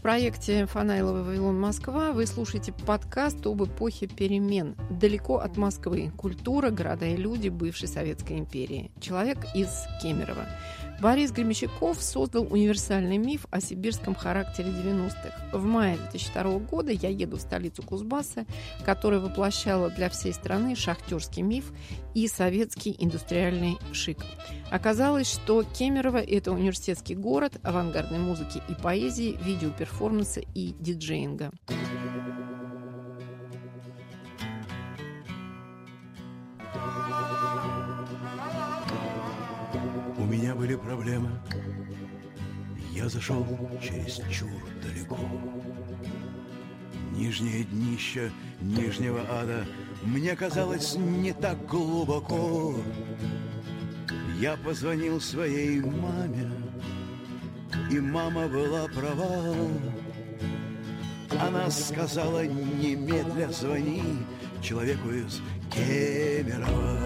проекте «Фанайлова Вавилон Москва» вы слушаете подкаст об эпохе перемен. Далеко от Москвы. Культура, города и люди бывшей Советской империи. Человек из Кемерово. Борис Гребенщиков создал универсальный миф о сибирском характере 90-х. В мае 2002 года я еду в столицу Кузбасса, которая воплощала для всей страны шахтерский миф и советский индустриальный шик. Оказалось, что Кемерово – это университетский город авангардной музыки и поэзии, видеоперформанса и диджеинга. У меня были проблемы, я зашел чересчур далеко. Нижнее днище нижнего ада мне казалось не так глубоко. Я позвонил своей маме, и мама была права. Она сказала: немедля звони человеку из Кемерово.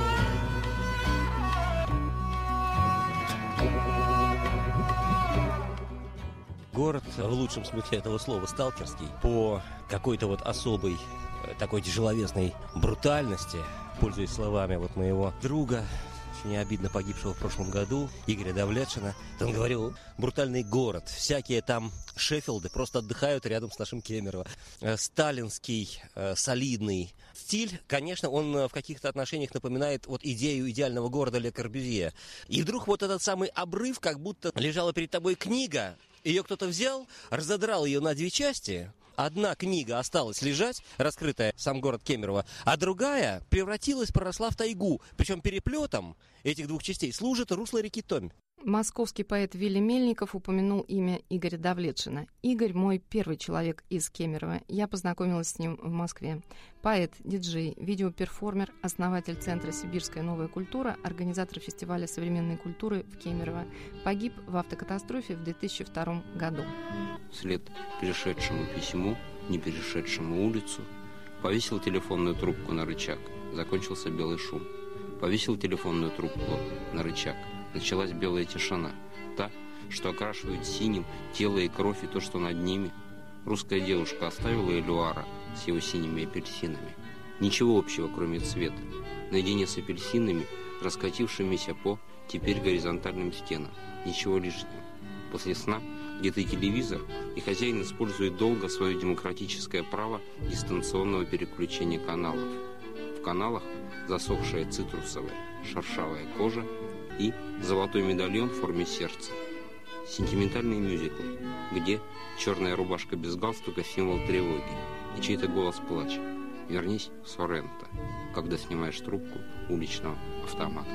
Город, в лучшем смысле этого слова, сталкерский, по какой-то вот особой, такой тяжеловесной брутальности, пользуясь словами вот моего друга, очень обидно погибшего в прошлом году, Игоря Давлетшина. Он говорил: брутальный город, всякие там Шеффилды просто отдыхают рядом с нашим Кемерово. Сталинский, солидный стиль, конечно, он в каких-то отношениях напоминает вот идею идеального города Ле Корбюзье. И вдруг вот этот самый обрыв, как будто лежала перед тобой книга, ее кто-то взял, разодрал ее на две части. Одна книга осталась лежать, раскрытая, сам город Кемерово, а другая превратилась, проросла в тайгу. Причем переплетом этих двух частей служит русло реки Томь. Московский поэт Вилли Мельников упомянул имя Игоря Давлетшина. Игорь – мой первый человек из Кемерово. Я познакомилась с ним в Москве. Поэт, диджей, видеоперформер, основатель Центра «Сибирская новая культура», организатор фестиваля современной культуры в Кемерово. Погиб в автокатастрофе в 2002 году. Вслед перешедшему письму, не перешедшему улицу, повесил телефонную трубку на рычаг. Закончился белый шум. Повесил телефонную трубку на рычаг. Началась белая тишина, та, что окрашивает синим тело и кровь и то, что над ними. Русская девушка оставила Элюара с его синими апельсинами. Ничего общего, кроме цвета. Наедине с апельсинами, раскатившимися по теперь горизонтальным стенам. Ничего лишнего. После сна где-то и телевизор, и хозяин использует долго свое демократическое право дистанционного переключения каналов. В каналах засохшая цитрусовая шершавая кожа и золотой медальон в форме сердца. Сентиментальный мюзикл, где черная рубашка без галстука – символ тревоги, и чей-то голос плача. Вернись в Соренто, когда снимаешь трубку уличного автомата.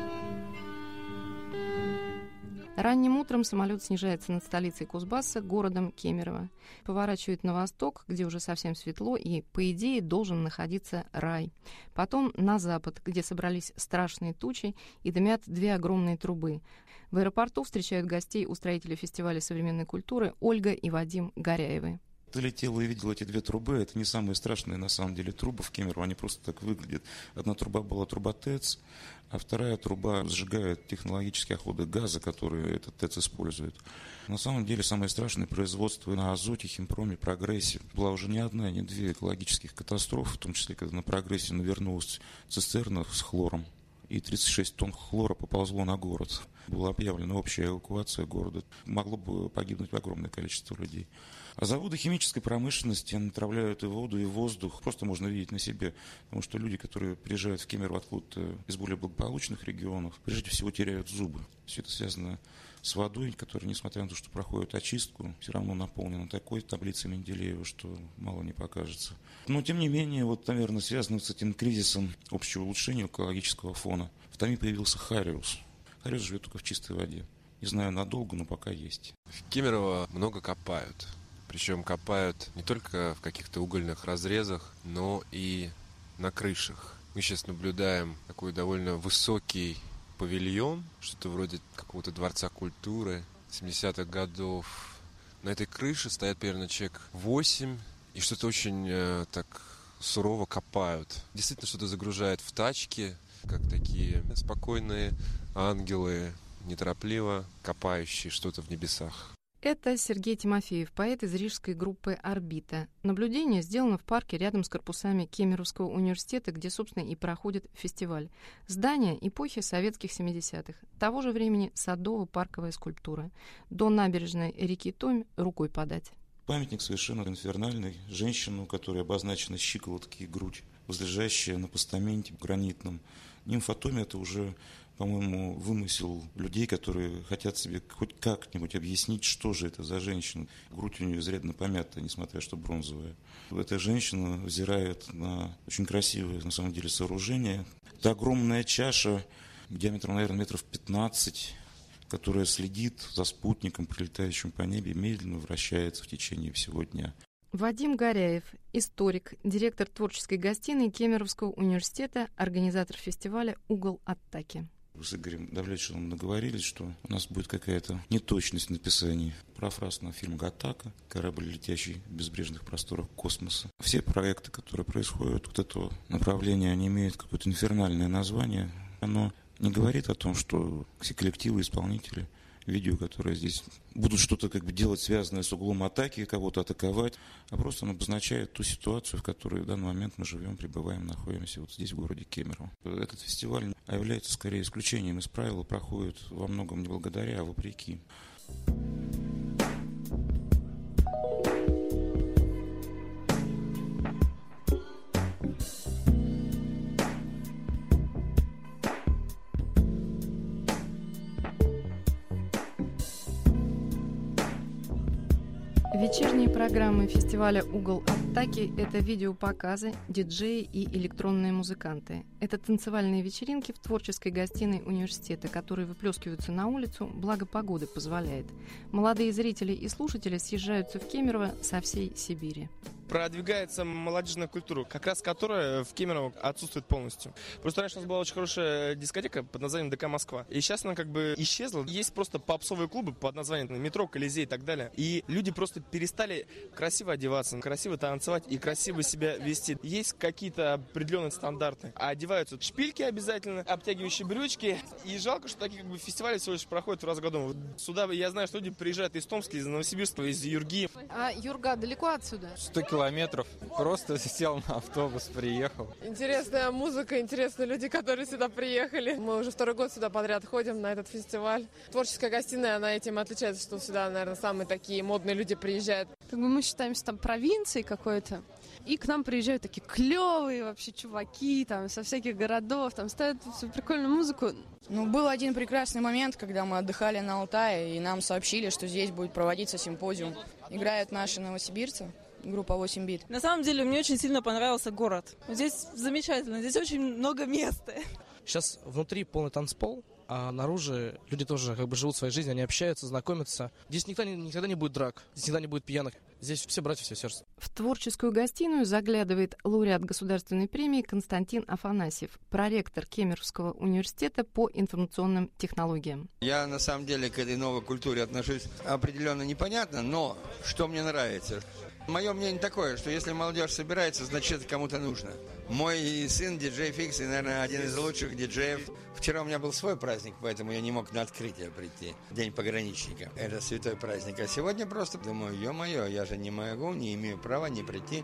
Ранним утром самолет снижается над столицей Кузбасса, городом Кемерово. Поворачивает на восток, где уже совсем светло, и, по идее, должен находиться рай. Потом на запад, где собрались страшные тучи и дымят две огромные трубы. В аэропорту встречают гостей устроители фестиваля современной культуры Ольга и Вадим Горяевы. Ты летел и видел эти две трубы. Это не самые страшные, на самом деле, трубы в Кемерово. Они просто так выглядят. Одна труба была труба ТЭЦ, а вторая труба сжигает технологические отходы газа, которые этот ТЭЦ использует. На самом деле, самое страшное производство на Азоте, Химпроме, Прогрессе. Была уже не одна, не две экологических катастрофы, в том числе, когда на Прогрессе навернулась цистерна с хлором. И 36 тонн хлора поползло на город. Была объявлена общая эвакуация города. Могло бы погибнуть огромное количество людей. А заводы химической промышленности натравляют и воду, и воздух. Просто можно видеть на себе. Потому что люди, которые приезжают в Кемерово откуда-то из более благополучных регионов, прежде всего теряют зубы. Все это связано с водой, которая, несмотря на то, что проходит очистку, все равно наполнена такой таблицей Менделеева, что мало не покажется. Но, тем не менее, вот, наверное, связано с этим кризисом общего улучшения экологического фона. В Томи появился хариус. Хариус живет только в чистой воде. Не знаю, надолго, но пока есть. В Кемерово много копают. Причем копают не только в каких-то угольных разрезах, но и на крышах. Мы сейчас наблюдаем такой довольно высокий павильон, что-то вроде какого-то дворца культуры 70-х годов. На этой крыше стоят примерно человек 8, и что-то очень так сурово копают. Действительно, что-то загружают в тачки, как такие спокойные ангелы, неторопливо копающие что-то в небесах. Это Сергей Тимофеев, поэт из рижской группы «Орбита». Наблюдение сделано в парке рядом с корпусами Кемеровского университета, где, собственно, и проходит фестиваль. Здание эпохи советских 70-х. Того же времени садово-парковая скульптура. До набережной реки Томь рукой подать. Памятник совершенно инфернальный. Женщина, у которой обозначены щиколотки и грудь, возлежащая на постаменте гранитном. Нимфотомия – это уже, по-моему, вымысел людей, которые хотят себе хоть как-нибудь объяснить, что же это за женщина. Грудь у нее изрядно помята, несмотря что бронзовая. Эта женщина взирает на очень красивое, на самом деле, сооружение. Это огромная чаша диаметром, наверное, метров 15, которая следит за спутником, пролетающим по небу, медленно вращается в течение всего дня. Вадим Горяев, историк, директор творческой гостиной Кемеровского университета, организатор фестиваля «Угол атаки». Вы с Игорем Давлетшиным договорились, что у нас будет какая-то неточность в написании. Парафраз на фильм «Гаттака», корабль, летящий в безбрежных просторах космоса. Все проекты, которые происходят вот этого направления, они имеют какое-то инфернальное название. Оно не говорит о том, что все коллективы, исполнители видео, которые здесь будут что-то делать, связанное с углом атаки, кого-то атаковать, а просто он обозначает ту ситуацию, в которой в данный момент мы живем, пребываем, находимся вот здесь, в городе Кемерово. Этот фестиваль является скорее исключением из правил, проходит во многом не благодаря, а вопреки. Вечерние программы фестиваля «Угол атаки» — это видеопоказы, диджеи и электронные музыканты. Это танцевальные вечеринки в творческой гостиной университета, которые выплескиваются на улицу, благо погоды позволяет. Молодые зрители и слушатели съезжаются в Кемерово со всей Сибири. Продвигается молодежная культура, как раз которая в Кемерово отсутствует полностью. Просто раньше у нас была очень хорошая дискотека под названием ДК Москва. И сейчас она исчезла. Есть просто попсовые клубы под названием Метро, Колизей и так далее. И люди просто перестали красиво одеваться, красиво танцевать и красиво себя вести. Есть какие-то определенные стандарты. А одеваются шпильки обязательно, обтягивающие брючки. И жалко, что такие фестивали всего лишь проходят раз в году. Сюда я знаю, что люди приезжают из Томска, из Новосибирска, из Юрги. А Юрга далеко отсюда? 100 километров. Просто сел на автобус, приехал. Интересная музыка, интересные люди, которые сюда приехали. Мы уже второй год сюда подряд ходим на этот фестиваль. Творческая гостиная, она этим отличается, что сюда, наверное, самые такие модные люди приезжают. Мы считаемся там провинцией какой-то. И к нам приезжают такие клевые вообще чуваки там со всяких городов, там ставят всю прикольную музыку. Был один прекрасный момент, когда мы отдыхали на Алтае, и нам сообщили, что здесь будет проводиться симпозиум. Играют наши новосибирцы. Группа 8 бит. На самом деле, мне очень сильно понравился город. Здесь замечательно, здесь очень много места. Сейчас внутри полный танцпол, а наружу люди тоже живут своей жизнью, они общаются, знакомятся. Здесь никогда не будет драк, здесь никогда не будет пьяных. Здесь все братья, все сердце. В творческую гостиную заглядывает лауреат государственной премии Константин Афанасьев, проректор Кемеровского университета по информационным технологиям. Я на самом деле к этой новой культуре отношусь определенно непонятно, но что мне нравится. Мое мнение такое, что если молодежь собирается, значит, это кому-то нужно. Мой сын диджей Фикс, и, наверное, один из лучших диджеев. Вчера у меня был свой праздник, поэтому я не мог на открытие прийти. День пограничника. Это святой праздник. А сегодня просто думаю, ё-моё, я же не могу, не имею права не прийти.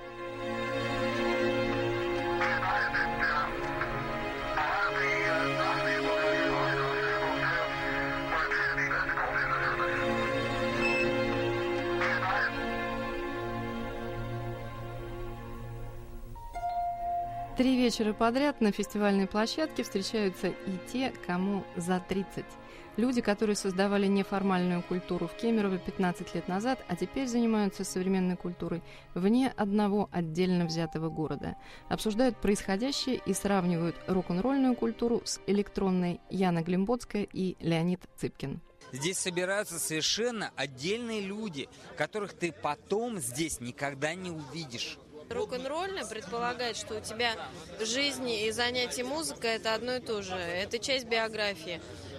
Три вечера подряд на фестивальной площадке встречаются и те, кому за 30. Люди, которые создавали неформальную культуру в Кемерово 15 лет назад, а теперь занимаются современной культурой вне одного отдельно взятого города. Обсуждают происходящее и сравнивают рок-н-ролльную культуру с электронной. Яна Глимботская и Леонид Цыпкин. Здесь собираются совершенно отдельные люди, которых ты потом здесь никогда не увидишь. Рок-н-ролльно предполагает, что у тебя жизнь и занятие музыкой – это одно и то же. Это часть биографии.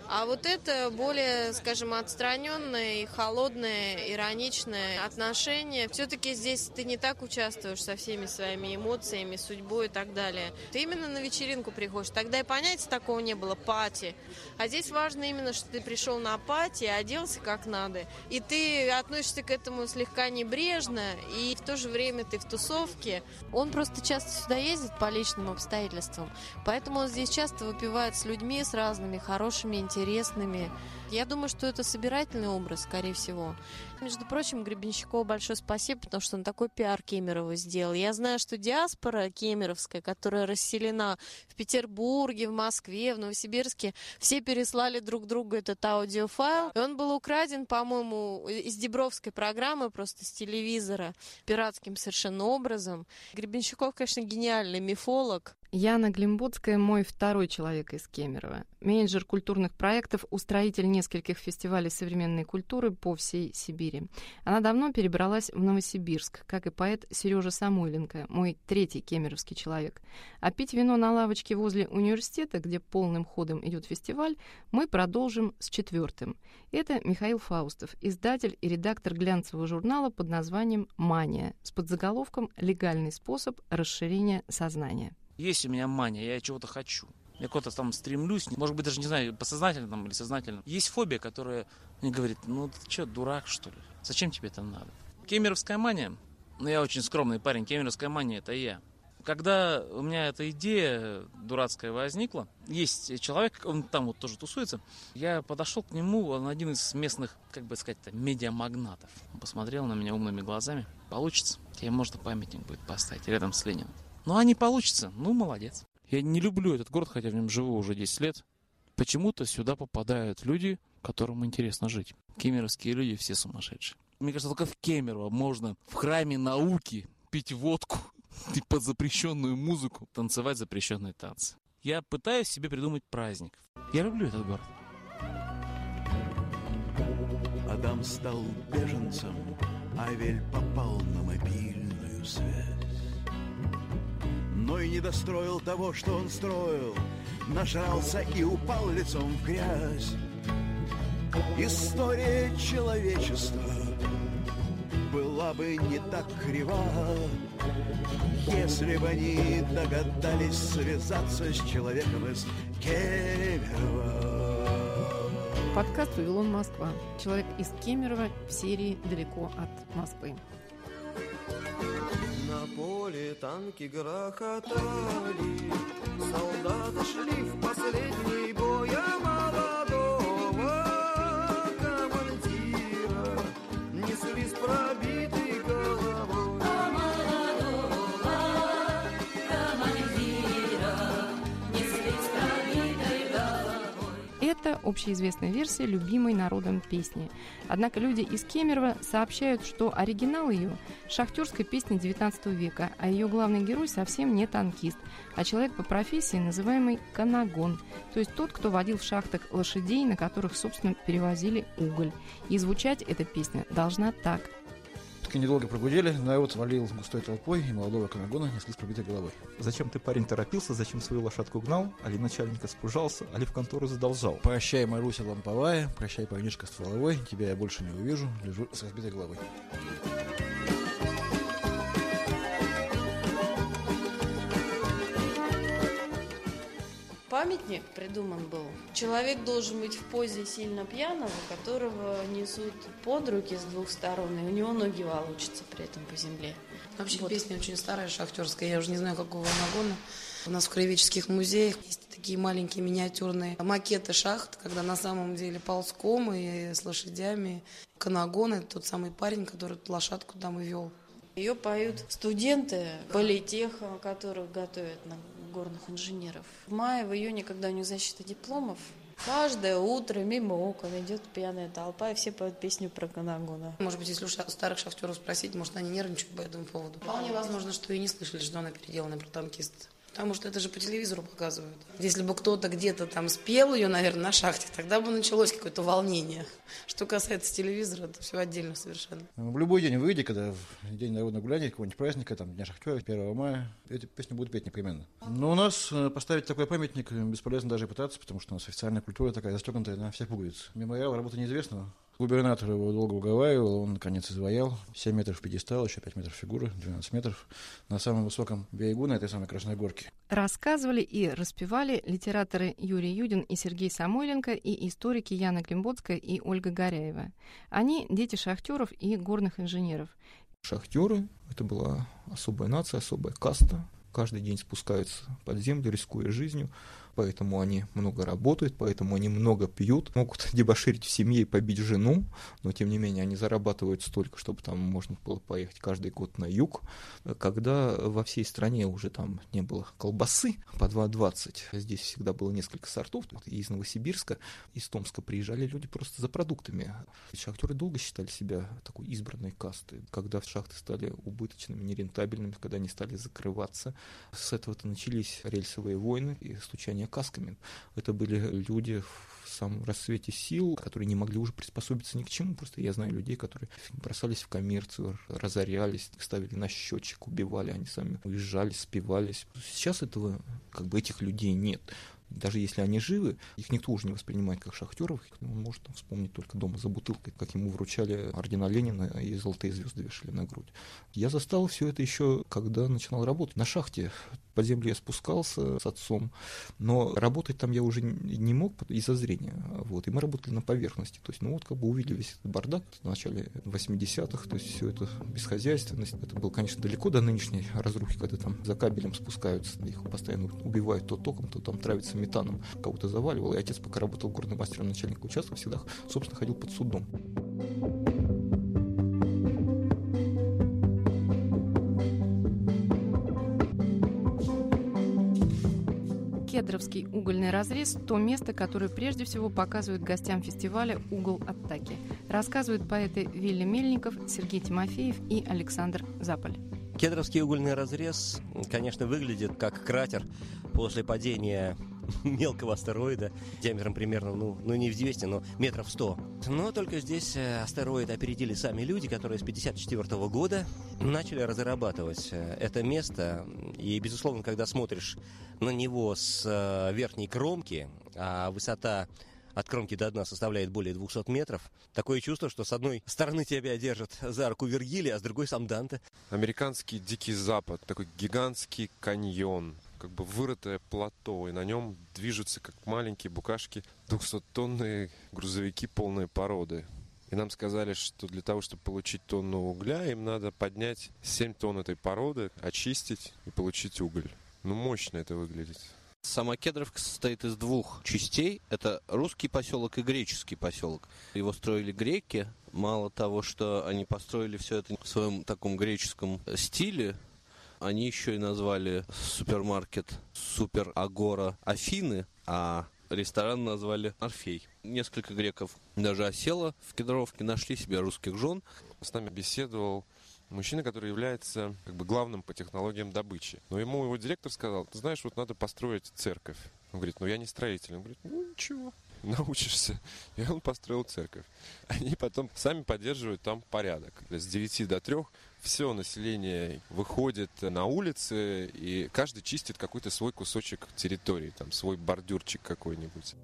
А вот это более, скажем, отстраненное и холодное, ироничное отношение. Все-таки здесь ты не так участвуешь со всеми своими эмоциями, судьбой и так далее. Ты именно на вечеринку приходишь. Тогда и понятия такого не было, пати. А здесь важно именно, что ты пришел на пати, оделся как надо. И ты относишься к этому слегка небрежно, и в то же время ты в тусовке. Он просто часто сюда ездит по личным обстоятельствам. Поэтому он здесь часто выпивает с людьми, с разными, хорошими, интересными. Я думаю, что это собирательный образ, скорее всего. Между прочим, Гребенщикову большое спасибо, потому что он такой пиар Кемерово сделал. Я знаю, что диаспора кемеровская, которая расселена в Петербурге, в Москве, в Новосибирске, все переслали друг другу этот аудиофайл. И он был украден, по-моему, из Дебровской программы, просто с телевизора, пиратским совершенно образом. Гребенщиков, конечно, гениальный мифолог. Яна Глимбудская – мой второй человек из Кемерово. Менеджер культурных проектов, устроитель нескольких фестивалей современной культуры по всей Сибири. Она давно перебралась в Новосибирск, как и поэт Сережа Самойленко, мой третий кемеровский человек. А пить вино на лавочке возле университета, где полным ходом идет фестиваль, мы продолжим с четвертым. Это Михаил Фаустов, издатель и редактор глянцевого журнала под названием «Мания» с подзаголовком «Легальный способ расширения сознания». Есть у меня мания, я чего-то хочу. Я куда-то там стремлюсь, может быть, даже не знаю, подсознательно там, или сознательно. Есть фобия, которая мне говорит, ну ты что, дурак, что ли? Зачем тебе это надо? Кемеровская мания, ну я очень скромный парень, кемеровская мания — это я. Когда у меня эта идея дурацкая возникла, есть человек, он там вот тоже тусуется, я подошел к нему, он один из местных, как бы сказать, медиамагнатов. Он посмотрел на меня умными глазами. Получится? Тебе можно памятник будет поставить рядом с Лениным. Ну, а не получится, ну, молодец. Я не люблю этот город, хотя в нем живу уже 10 лет. Почему-то сюда попадают люди, которым интересно жить. Кемеровские люди все сумасшедшие. Мне кажется, только в Кемерово можно в храме науки пить водку и под запрещенную музыку танцевать запрещенные танцы. Я пытаюсь себе придумать праздник. Я люблю этот город. Адам стал беженцем, Авель попал на мобильную связь. Но и не достроил того, что он строил, нажрался и упал лицом в грязь. История человечества была бы не так крива, если бы они догадались связаться с человеком из Кемерово. Подкаст «Вавилон, Москва». Человек из Кемерово в серии «Далеко от Москвы». На поле танки грохотали, солдаты шли в последний бой, а молодого командира несли с пробитой головой. А молодого командира несли с пробитой головой. Это общеизвестная версия любимой народом песни. Однако люди из Кемерово сообщают, что оригинал ее – шахтерская песня XIX века, а ее главный герой совсем не танкист, а человек по профессии, называемый канагон, то есть тот, кто водил в шахтах лошадей, на которых, собственно, перевозили уголь. И звучать эта песня должна так. Недолго прогудели, народ свалил густой толпой, и молодого канагона несли с пробитой головой. Зачем ты, парень, торопился, зачем свою лошадку гнал? Али начальника спужался, али в контору задолжал? Прощай, Маруся ломповая, прощай, парнишка стволовой, тебя я больше не увижу, лежу с разбитой головой. Памятник придуман был. Человек должен быть в позе сильно пьяного, которого несут под руки с двух сторон, и у него ноги волочатся при этом по земле. Вообще вот. Песня очень старая, шахтерская, я уже не знаю, какого нагона. У нас в краеведческих музеях есть такие маленькие миниатюрные макеты шахт, когда на самом деле ползком и с лошадями. Канагон — это тот самый парень, который лошадку там и вел. Ее поют студенты политеха, которых готовят на горных инженеров. В мае, в июне, когда у них защита дипломов, каждое утро мимо окон идет пьяная толпа, и все поют песню про канагона. Может быть, если у старых шахтеров спросить, может, они нервничают по этому поводу. Вполне возможно, что и не слышали, что она переделана про танкиста. Потому что это же по телевизору показывают. Если бы кто-то где-то там спел ее, наверное, на шахте, тогда бы началось какое-то волнение. Что касается телевизора, это все отдельно совершенно. В любой день выйди, когда в день народного гуляния, какого-нибудь праздника, там, Дня шахтера, 1 мая, эти песни будут петь непременно. Но у нас поставить такой памятник бесполезно даже пытаться, потому что у нас официальная культура такая застегнутая на всех пуговиц. Мемориал работы неизвестного. Губернатор его долго уговаривал, он наконец изваял. 7 метров пьедестал, еще 5 метров фигуры, 12 метров на самом высоком берегу, на этой самой Красной Горке. Рассказывали и распевали литераторы Юрий Юдин и Сергей Самойленко и историки Яна Глимботская и Ольга Горяева. Они дети шахтеров и горных инженеров. Шахтеры – это была особая нация, особая каста. Каждый день спускаются под землю, рискуя жизнью. Поэтому они много работают, поэтому они много пьют, могут дебоширить в семье и побить жену, но тем не менее они зарабатывают столько, чтобы там можно было поехать каждый год на юг, когда во всей стране уже там не было колбасы по 2,20, здесь всегда было несколько сортов, из Новосибирска, из Томска приезжали люди просто за продуктами. Шахтеры долго считали себя такой избранной кастой, когда шахты стали убыточными, нерентабельными, когда они стали закрываться, с этого-то начались рельсовые войны и стучание касками. Это были люди в самом расцвете сил, которые не могли уже приспособиться ни к чему. Просто я знаю людей, которые бросались в коммерцию, разорялись, ставили на счетчик, убивали, они сами уезжали, спивались. Сейчас этого, этих людей нет. Даже если они живы, их никто уже не воспринимает как шахтеров. Он может вспомнить только дома за бутылкой, как ему вручали ордена Ленина и золотые звезды вешали на грудь. Я застал все это еще, когда начинал работать на шахте. Под землю я спускался с отцом, но работать там я уже не мог из-за зрения. И мы работали на поверхности. То есть, увидели весь этот бардак в начале 80-х, то есть все это бесхозяйственность. Это было, конечно, далеко до нынешней разрухи, когда там за кабелем спускаются, их постоянно убивают то током, то там травятся метаном, кого-то заваливал. И отец, пока работал горным мастером начальника участка, всегда, собственно, ходил под судом. Кедровский угольный разрез – то место, которое прежде всего показывают гостям фестиваля «Угол Аттаки». Рассказывают поэты Вилли Мельников, Сергей Тимофеев и Александр Заполь. Кедровский угольный разрез, конечно, выглядит как кратер после падения мелкого астероида диаметром примерно, не в 200, но метров 100. Но только здесь астероид опередили сами люди, которые с 1954 года начали разрабатывать это место. И, безусловно, когда смотришь на него с верхней кромки, а высота от кромки до дна составляет более 200 метров. Такое чувство, что с одной стороны тебя держат за руку Вергилий, а с другой сам Данте. Американский Дикий Запад, такой гигантский каньон, вырытое плато, и на нем движутся, как маленькие букашки, 200-тонные грузовики полные породы. И нам сказали, что для того, чтобы получить тонну угля, им надо поднять 7 тонн этой породы, очистить и получить уголь. Мощно это выглядит. Сама Кедровка состоит из двух частей. Это русский поселок и греческий поселок. Его строили греки. Мало того, что они построили все это в своем таком греческом стиле, они еще и назвали супермаркет Супер Агора Афины, а ресторан назвали Орфей. Несколько греков даже осело в Кедровке, нашли себе русских жен. С нами беседовал мужчина, который является главным по технологиям добычи. Но ему его директор сказал: ты знаешь, надо построить церковь. Он говорит: я не строитель. Он говорит: ничего, научишься. И он построил церковь. Они потом сами поддерживают там порядок. С 9 до 3 все население выходит на улицы, и каждый чистит какой-то свой кусочек территории, там свой бордюрчик какой-нибудь.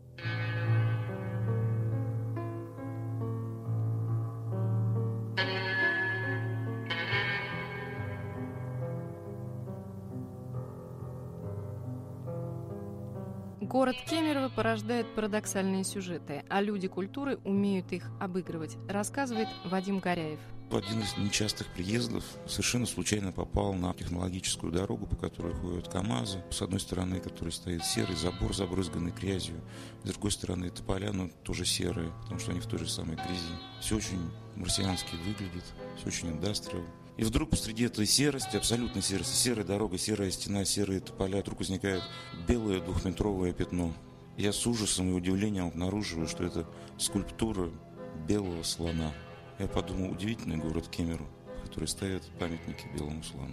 Город Кемерово порождает парадоксальные сюжеты, а люди культуры умеют их обыгрывать, рассказывает Вадим Горяев. В один из нечастых приездов совершенно случайно попал на технологическую дорогу, по которой ходят КАМАЗы. С одной стороны, который стоит серый забор, забрызганный грязью. С другой стороны, тополя, тоже серые, потому что они в той же самой грязи. Все очень марсиански выглядит, все очень индастриал. И вдруг посреди этой серости, абсолютной серости, серая дорога, серая стена, серые тополя, вдруг возникает белое 2-метровое пятно. Я с ужасом и удивлением обнаруживаю, что это скульптура белого слона. Я подумал, удивительный город Кемерово, в который ставят памятники белому слону.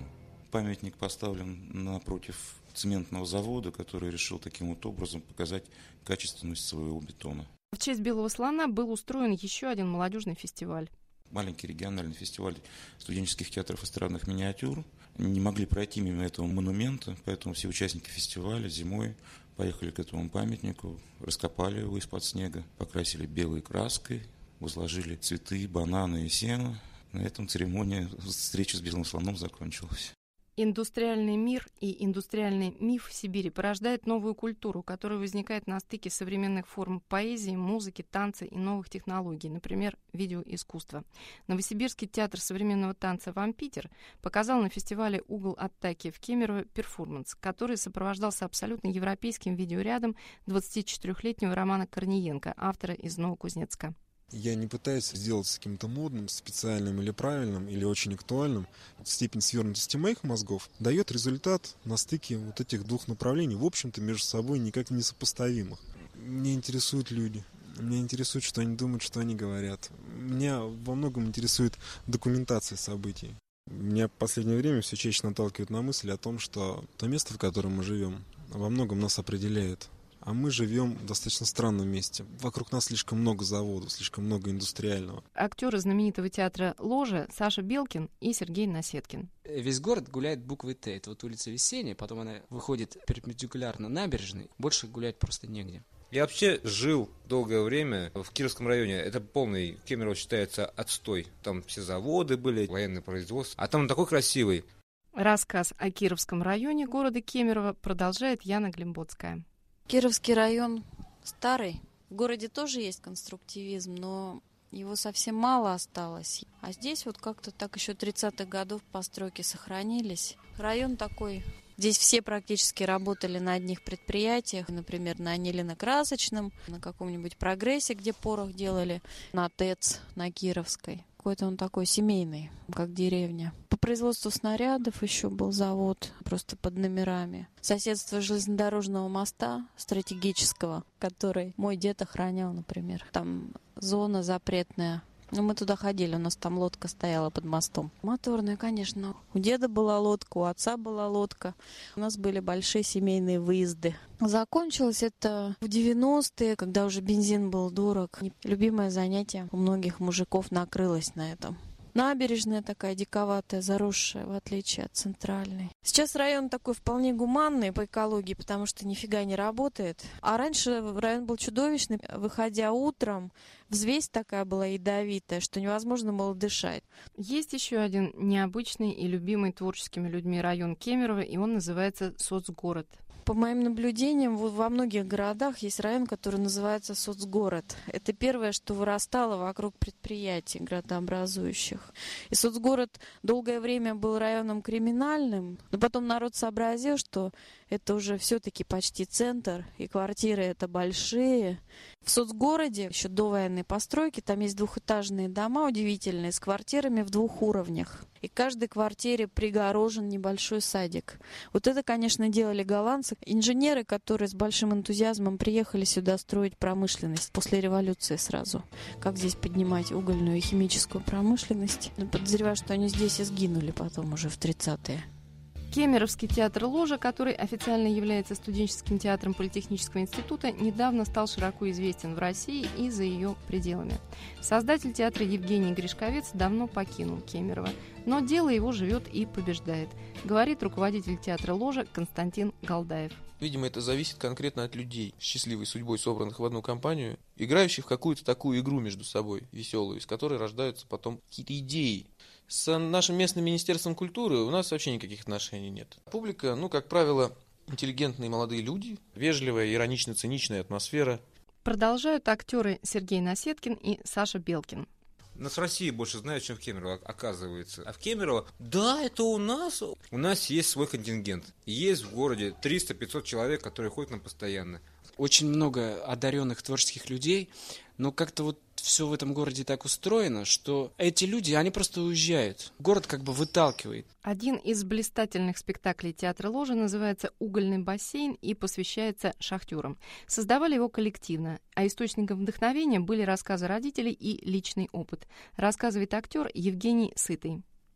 памятник поставлен напротив цементного завода, который решил таким вот образом показать качественность своего бетона. В честь Белого слона был устроен еще один молодежный фестиваль. Маленький региональный фестиваль студенческих театров эстрадных миниатюр. Не могли пройти мимо этого монумента, поэтому все участники фестиваля зимой поехали к этому памятнику, раскопали его из-под снега, покрасили белой краской, возложили цветы, бананы и сено. На этом церемония встречи с Белым слоном закончилась. Индустриальный мир и индустриальный миф Сибири порождает новую культуру, которая возникает на стыке современных форм поэзии, музыки, танца и новых технологий, например, видеоискусства. Новосибирский театр современного танца «Вампитер» показал на фестивале «Угол Аттаки» в Кемерово перформанс, который сопровождался абсолютно европейским видеорядом 24-летнего Романа Корниенко, автора из Новокузнецка. Я не пытаюсь сделаться каким-то модным, специальным или правильным, или очень актуальным. Степень свернутости моих мозгов дает результат на стыке вот этих двух направлений, в общем-то, между собой никак не сопоставимых. Меня интересуют люди. Меня интересует, что они думают, что они говорят. Меня во многом интересует документация событий. Меня в последнее время все чаще наталкивает на мысль о том, что то место, в котором мы живем, во многом нас определяет. А мы живем в достаточно странном месте. Вокруг нас слишком много заводов, слишком много индустриального. Актеры знаменитого театра «Ложа» Саша Белкин и Сергей Насеткин. Весь город гуляет буквой «Т». Это вот улица Весенняя, потом она выходит перпендикулярно набережной. Больше гулять просто негде. Я вообще жил долгое время в Кировском районе. Это полный, Кемерово считается, отстой. Там все заводы были, военное производство. А там он такой красивый. Рассказ о Кировском районе города Кемерово продолжает Яна Глимботская. Кировский район старый. В городе тоже есть конструктивизм, но его совсем мало осталось. А здесь вот как-то так еще 30-х годов постройки сохранились. Район такой. Здесь все практически работали на одних предприятиях, например, на Нелино-Красочном, на каком-нибудь Прогрессе, где порох делали, на ТЭЦ, на Кировской. Какой-то он такой семейный, как деревня. По производству снарядов еще был завод, просто под номерами. Соседство железнодорожного моста стратегического, который мой дед охранял, например. Там зона запретная. Но мы туда ходили, у нас там лодка стояла под мостом. Моторная, конечно. У деда была лодка, у отца была лодка. У нас были большие семейные выезды. Закончилось это в 90-е, когда уже бензин был дорог. Любимое занятие у многих мужиков накрылось на этом. Набережная такая диковатая, заросшая, в отличие от центральной. Сейчас район такой вполне гуманный по экологии, потому что нифига не работает. А раньше район был чудовищный. Выходя утром, взвесь такая была ядовитая, что невозможно было дышать. Есть еще один необычный и любимый творческими людьми район Кемерово, и он называется Соцгород. По моим наблюдениям, во многих городах есть район, который называется соцгород. Это первое, что вырастало вокруг предприятий градообразующих. И соцгород долгое время был районом криминальным, но потом народ сообразил, что это уже все-таки почти центр, и квартиры это большие. В соцгороде, еще до военной постройки, там есть двухэтажные дома удивительные, с квартирами в 2 уровнях. И к каждой квартире пригорожен небольшой садик. Вот это, конечно, делали голландцы. Инженеры, которые с большим энтузиазмом приехали сюда строить промышленность после революции сразу. Как здесь поднимать угольную и химическую промышленность. Но подозреваю, что они здесь и сгинули потом уже в 30-е. Кемеровский театр «Ложа», который официально является студенческим театром Политехнического института, недавно стал широко известен в России и за ее пределами. Создатель театра Евгений Гришковец давно покинул Кемерово, но дело его живет и побеждает, говорит руководитель театра «Ложа» Константин Галдаев. Видимо, это зависит конкретно от людей, счастливой судьбой собранных в одну компанию, играющих в какую-то такую игру между собой, веселую, из которой рождаются потом какие-то идеи. С нашим местным министерством культуры у нас вообще никаких отношений нет. Публика, как правило, интеллигентные молодые люди, вежливая, иронично-циничная атмосфера. Продолжают актеры Сергей Насеткин и Саша Белкин. Нас в России больше знают, чем в Кемерово, оказывается. А в Кемерово, да, это у нас. У нас есть свой контингент. Есть в городе 300-500 человек, которые ходят нам постоянно. Очень много одаренных творческих людей, но как-то вот все в этом городе так устроено, что эти люди, они просто уезжают. Город как бы выталкивает. Один из блистательных спектаклей театра «Ложа» называется «Угольный бассейн» и посвящается шахтерам. Создавали его коллективно, а источником вдохновения были рассказы родителей и личный опыт. Рассказывает актер Евгений Сытый.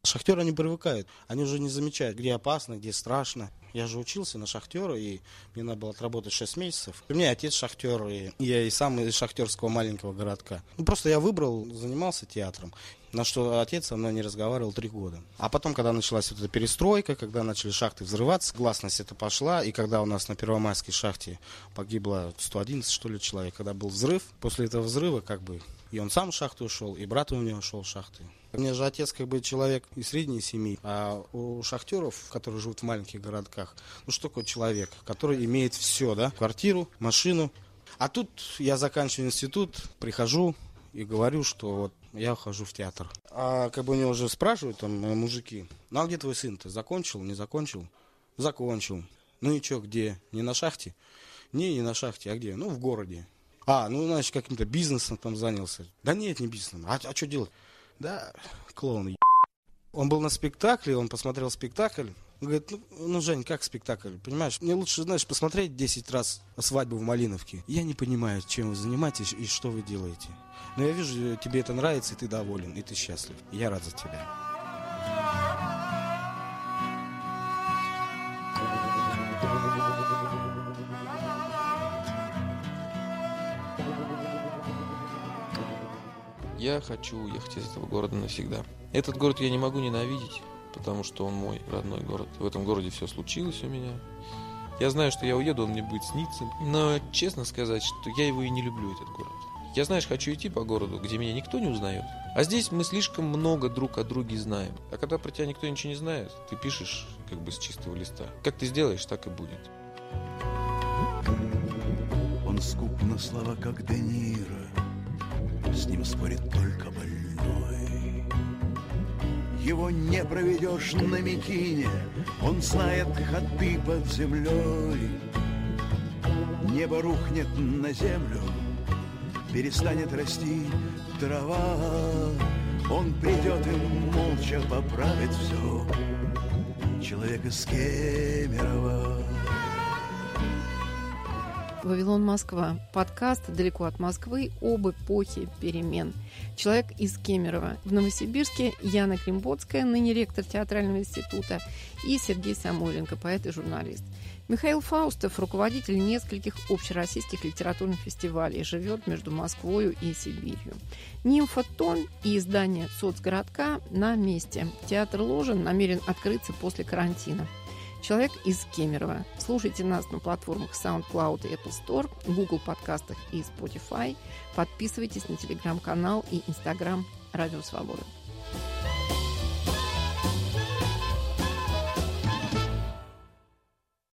Шахтеры не привыкают, они уже не замечают, где опасно, где страшно. Я же учился на шахтера, и мне надо было отработать 6 месяцев. У меня отец шахтер, и я и сам из шахтерского маленького городка. Просто я выбрал, занимался театром, на что отец со мной не разговаривал 3 года. А потом, когда началась вот эта перестройка, когда начали шахты взрываться, гласность это пошла, и когда у нас на Первомайской шахте погибло 111, что ли, человек, когда был взрыв, после этого взрыва и он сам в шахту ушел, и брат у него ушел в шахты. У меня же отец человек из средней семьи, а у шахтеров, которые живут в маленьких городках, что такое человек, который имеет все, да, квартиру, машину. А тут я заканчиваю институт, прихожу и говорю, что вот я ухожу в театр. А у него уже спрашивают там мужики, а где твой сын-то, закончил, не закончил? Закончил. Ну и что, где? Не на шахте? Не на шахте, а где? В городе. Значит, каким-то бизнесом там занялся. Да нет, не бизнесом. А что делать? Да, клоун. Он был на спектакле, он посмотрел спектакль. Он говорит, Жень, как спектакль? Понимаешь, мне лучше, посмотреть 10 раз «Свадьбу в Малиновке». Я не понимаю, чем вы занимаетесь и что вы делаете. Но я вижу, тебе это нравится, и ты доволен, и ты счастлив. Я рад за тебя. Я хочу уехать из этого города навсегда. Этот город я не могу ненавидеть, потому что он мой родной город. В этом городе все случилось у меня. Я знаю, что я уеду, он мне будет сниться. Но честно сказать, что я его и не люблю, этот город. Я, хочу идти по городу, где меня никто не узнает. А здесь мы слишком много друг о друге знаем. А когда про тебя никто ничего не знает, ты пишешь с чистого листа. Как ты сделаешь, так и будет. Он скуп на слова, как Де Ниро. С ним спорит только больной. Его не проведешь на митине, он знает ходы под землей. Небо рухнет на землю, перестанет расти трава. Он придет и молча поправит все. Человек из Кемерово. «Вавилон, Москва». Подкаст «Далеко от Москвы» об эпохе перемен. Человек из Кемерово. В Новосибирске Яна Кремботская, ныне ректор театрального института, и Сергей Самойленко, поэт и журналист. Михаил Фаустов, руководитель нескольких общероссийских литературных фестивалей, живет между Москвою и Сибирью. «Нимфа Тон» и издание «Соцгородка» на месте. Театр Ложин намерен открыться после карантина. Человек из Кемерово. Слушайте нас на платформах SoundCloud и Apple Store, Google подкастах и Spotify. Подписывайтесь на телеграм-канал и Instagram Радио Свобода.